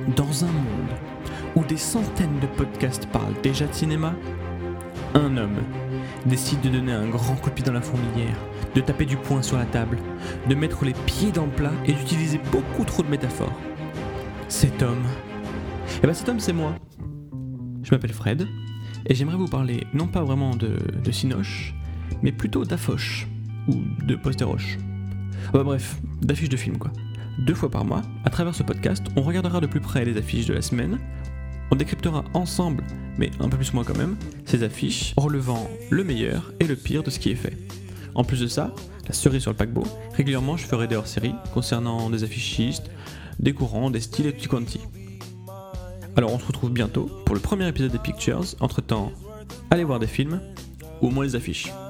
Dans un monde où des centaines de podcasts parlent déjà de cinéma, un homme décide de donner un grand coup de pied dans la fourmilière, de taper du poing sur la table, de mettre les pieds dans le plat et d'utiliser beaucoup trop de métaphores. Cet homme, c'est moi. Je m'appelle Fred et j'aimerais vous parler non pas vraiment de Cinoche, mais plutôt d'affoche ou de posteroche. Bref, d'affiches de films quoi. 2 fois par mois, à travers ce podcast, on regardera de plus près les affiches de la semaine, on décryptera ensemble, mais un peu plus moi quand même, ces affiches en relevant le meilleur et le pire de ce qui est fait. En plus de ça, la cerise sur le paquebot, régulièrement je ferai des hors-séries concernant des affichistes, des courants, des styles et tutti quanti. Alors on se retrouve bientôt pour le premier épisode des Pictures, entre-temps, allez voir des films, ou au moins les affiches.